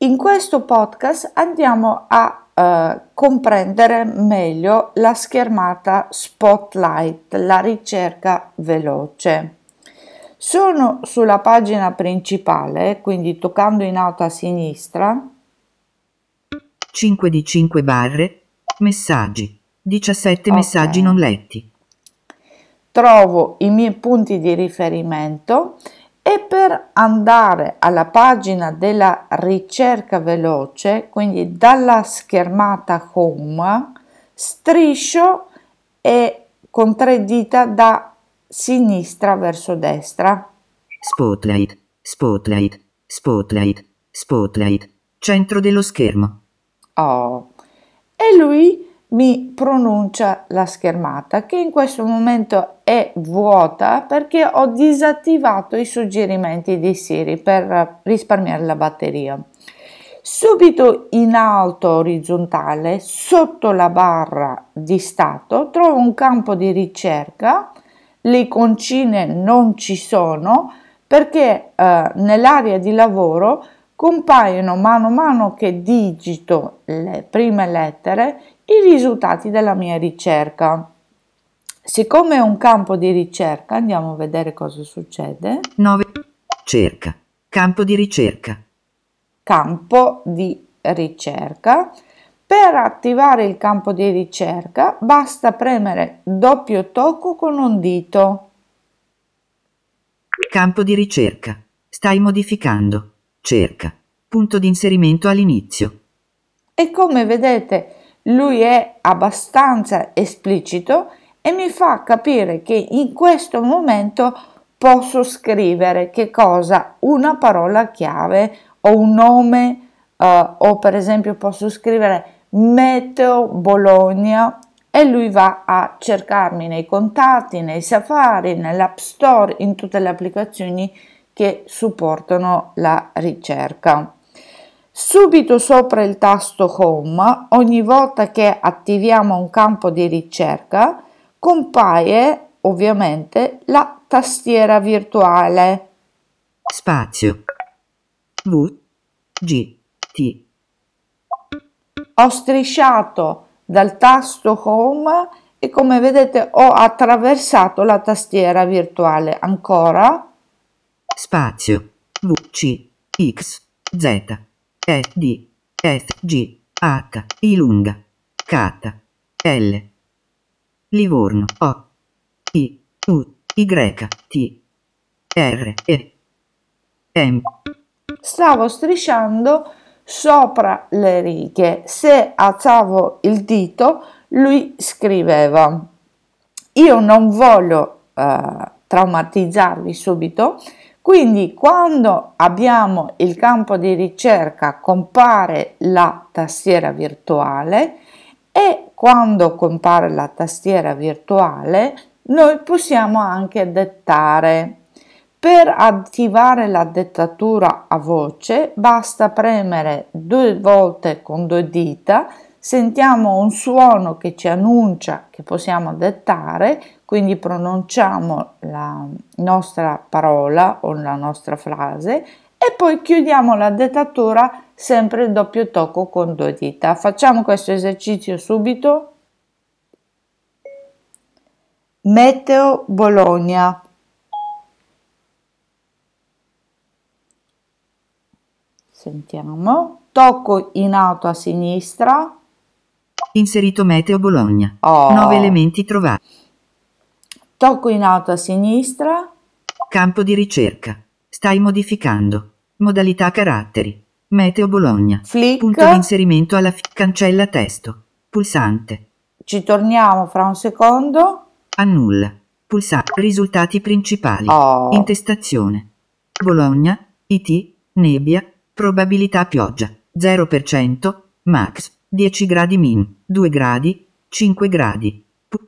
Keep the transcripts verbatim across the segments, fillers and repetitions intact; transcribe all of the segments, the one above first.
In questo podcast andiamo a eh, comprendere meglio la schermata Spotlight, la ricerca veloce. Sono sulla pagina principale, quindi toccando in alto a sinistra. cinque di cinque barre, messaggi, diciassette Ok. messaggi non letti. Trovo i miei punti di riferimento e per andare alla pagina della ricerca veloce, quindi dalla schermata Home, striscio e con tre dita da sinistra verso destra. Spotlight, spotlight, spotlight, spotlight, centro dello schermo. Oh. E lui mi pronuncia la schermata che in questo momento è vuota perché ho disattivato i suggerimenti di Siri per risparmiare la batteria. Subito in alto orizzontale, sotto la barra di stato, trovo un campo di ricerca. Le iconcine non ci sono perché eh, nell'area di lavoro compaiono mano a mano che digito le prime lettere i risultati della mia ricerca. Siccome è un campo di ricerca, andiamo a vedere cosa succede. nove. Cerca. Campo di ricerca. Campo di ricerca. Per attivare il campo di ricerca basta premere doppio tocco con un dito. Campo di ricerca. Stai modificando. Cerca. Punto di inserimento all'inizio. E come vedete lui è abbastanza esplicito e mi fa capire che in questo momento posso scrivere che cosa, una parola chiave o un nome eh, o per esempio posso scrivere Meteo Bologna e lui va a cercarmi nei contatti, nei Safari, nell'App Store, in tutte le applicazioni che supportano la ricerca. Subito sopra il tasto Home, ogni volta che attiviamo un campo di ricerca, compaie ovviamente la tastiera virtuale. Spazio. V. G. T. Ho strisciato dal tasto Home e come vedete ho attraversato la tastiera virtuale. Ancora. Spazio. V. C. X. Z. E. D. F. G. H. I lunga. K. L. Livorno. O. I. U. Y. T. R. E. M. Stavo strisciando sopra le righe. Se alzavo il dito, lui scriveva. Io non voglio eh, traumatizzarvi subito, quindi quando abbiamo il campo di ricerca compare la tastiera virtuale e quando compare la tastiera virtuale noi possiamo anche dettare. Per attivare la dettatura a voce basta premere due volte con due dita, sentiamo un suono che ci annuncia che possiamo dettare, quindi pronunciamo la nostra parola o la nostra frase e poi chiudiamo la dettatura sempre il doppio tocco con due dita. Facciamo questo esercizio subito. Meteo Bologna. Sentiamo. Tocco in alto a sinistra. Inserito Meteo Bologna. Oh. nove elementi trovati. Tocco in alto a sinistra. Campo di ricerca. Stai modificando. Modalità caratteri. Meteo Bologna. Flick. Punto di inserimento alla fi- cancella testo. Pulsante. Ci torniamo fra un secondo. Annulla. Pulsante. Risultati principali. Oh. Intestazione. Bologna. I T. Nebbia. Probabilità pioggia. zero per cento. Max. dieci gradi min. due gradi. cinque gradi. Pu-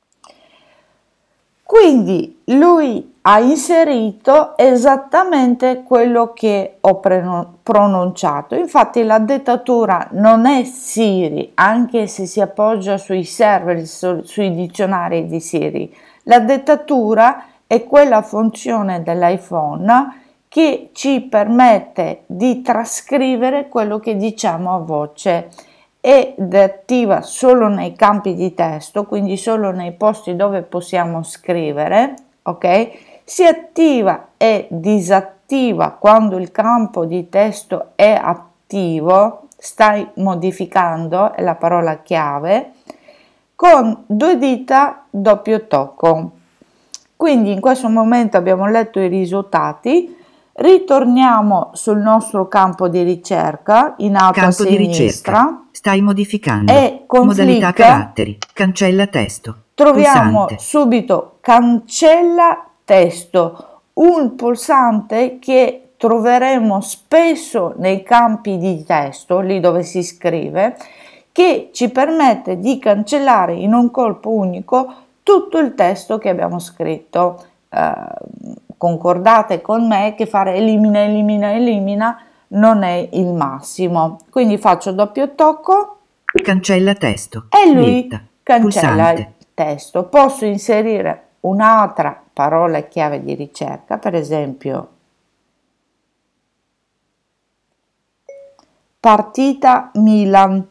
Quindi lui ha inserito esattamente quello che ho pre- pronunciato. Infatti la dettatura non è Siri, anche se si appoggia sui server, su- sui dizionari di Siri. La dettatura è quella funzione dell'iPhone che ci permette di trascrivere quello che diciamo a voce ed è attiva solo nei campi di testo, quindi solo nei posti dove possiamo scrivere, ok? Si attiva e disattiva quando il campo di testo è attivo, stai modificando, è la parola chiave, con due dita doppio tocco. Quindi in questo momento abbiamo letto i risultati, ritorniamo sul nostro campo di ricerca in alto Campo a di sinistra. ricerca. Stai modificando. E con Modalità flick caratteri. Cancella testo. troviamo Pulsante. subito cancella testo, un pulsante che troveremo spesso nei campi di testo, lì dove si scrive, che ci permette di cancellare in un colpo unico tutto il testo che abbiamo scritto. Eh, concordate con me che fare elimina, elimina, elimina non è il massimo. Quindi faccio doppio tocco Cancella testo. e lui Vetta. cancella il Pulsante. testo. Posso inserire un'altra parola chiave di ricerca, per esempio partita Milan.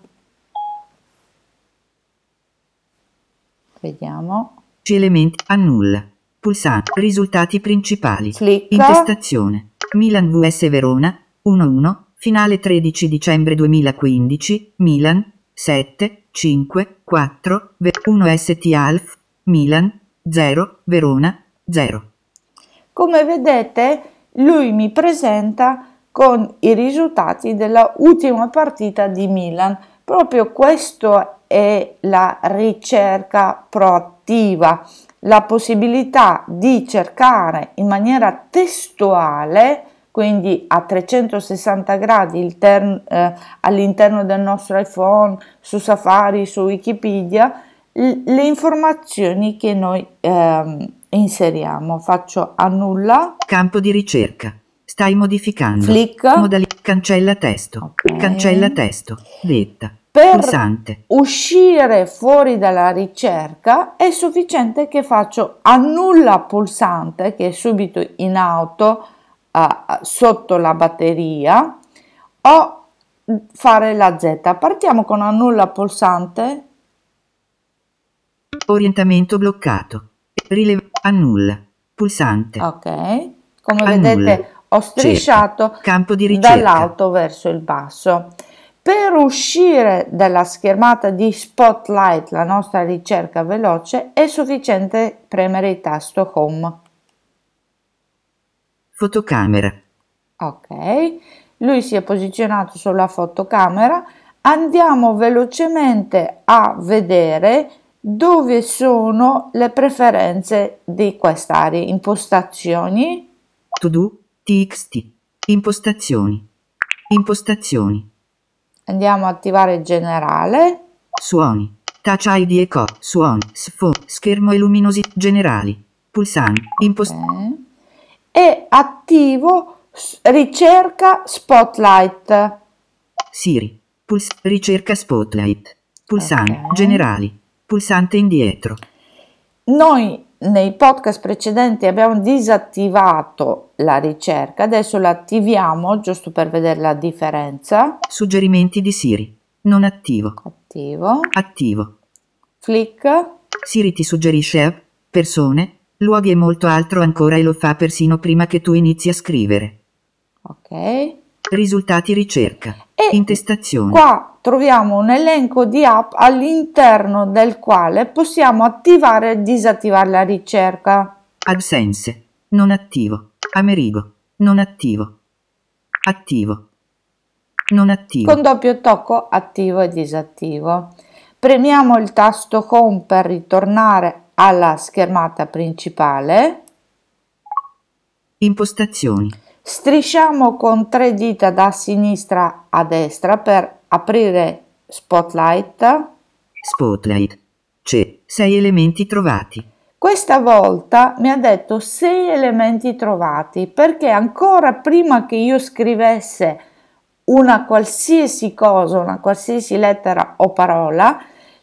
Vediamo. Elementi. Annulla. Pulsante. Risultati principali. Flick. Intestazione. Milan vs Verona. uno uno. Finale tredici dicembre duemilaquindici. Milan. sette cinque quattro uno S T Alf. Milan. zero. Verona. zero. Come vedete, lui mi presenta con i risultati della ultima partita di Milan. Proprio questo è la ricerca proattiva, la possibilità di cercare in maniera testuale, quindi a trecentosessanta gradi il ter- eh, all'interno del nostro iPhone, su Safari, su Wikipedia, l- le informazioni che noi ehm, inseriamo. Faccio annulla. Campo di ricerca. Stai modificando. Flick. Modalità. Cancella testo. Ok. Cancella testo. Vetta. Per Pulsante. uscire fuori dalla ricerca è sufficiente che faccio annulla pulsante, che è subito in auto uh, sotto la batteria, o fare la Z. Partiamo con annulla pulsante. Orientamento bloccato. Rilev- annulla. Pulsante. Ok, come Annulla. vedete ho strisciato Cerca. Campo di ricerca. dall'alto verso il basso. Per uscire dalla schermata di Spotlight, la nostra ricerca veloce, è sufficiente premere il tasto Home. Fotocamera. Ok, lui si è posizionato sulla fotocamera. Andiamo velocemente a vedere dove sono le preferenze di quest'area. Impostazioni. To do. T X T. Impostazioni. Impostazioni. Andiamo a attivare generale. Suoni. Touch I D e co. Suoni. Sfo. Schermo e luminosi. Generali. Pulsante. Impost. Ok. E attivo s- ricerca Spotlight. Siri. Puls. Ricerca Spotlight. Pulsante. Ok. Generali. Pulsante indietro. Noi nei podcast precedenti abbiamo disattivato la ricerca, adesso la attiviamo giusto per vedere la differenza. Suggerimenti di Siri. Non attivo. Attivo. Attivo. Flick. Siri ti suggerisce app, persone, luoghi e molto altro ancora e lo fa persino prima che tu inizi a scrivere. Ok. Risultati ricerca. E Intestazione. qua troviamo un elenco di app all'interno del quale possiamo attivare e disattivare la ricerca. AdSense. Non attivo. Amerigo. Non attivo. Attivo. Non attivo. Con doppio tocco attivo e disattivo. Premiamo il tasto Home per ritornare alla schermata principale. Impostazioni. Strisciamo con tre dita da sinistra a destra per aprire Spotlight. Spotlight. C'è. sei elementi trovati. Questa volta mi ha detto sei elementi trovati perché ancora prima che io scrivesse una qualsiasi cosa, una qualsiasi lettera o parola,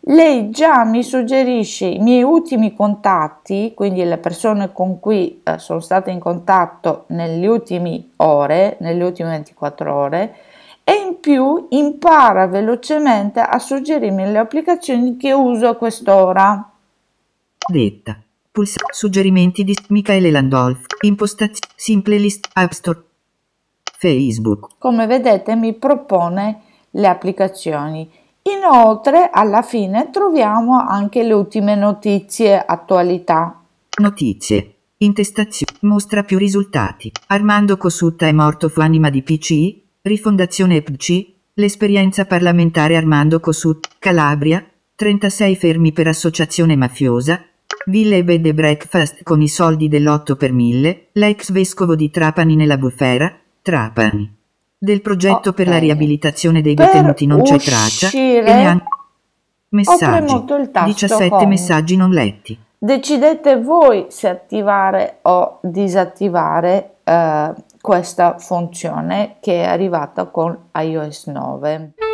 lei già mi suggerisce i miei ultimi contatti, quindi le persone con cui eh, sono state in contatto nelle ultime ore, nelle ultime ventiquattro ore, e in più impara velocemente a suggerirmi le applicazioni che uso a quest'ora. Detta. Pulsa. Suggerimenti di Michele Landolf. Impostazioni. Simple list. App Store. Facebook. Come vedete mi propone le applicazioni. Inoltre alla fine troviamo anche le ultime notizie, attualità. Notizie. Intestazione. Mostra più risultati. Armando Cossutta è morto, fu anima di P C. Rifondazione P C. L'esperienza parlamentare Armando Cossutta. Calabria. trentasei fermi per associazione mafiosa. Villa e bed and breakfast con i soldi dell'otto per mille. L'ex vescovo di Trapani nella bufera. Trapani. Del progetto per la Ok. riabilitazione dei Per detenuti non c'è traccia. E uscire neanche ho messaggi. premuto il tasto diciassette Home. messaggi non letti. Decidete voi se attivare o disattivare eh, questa funzione che è arrivata con iOS nove.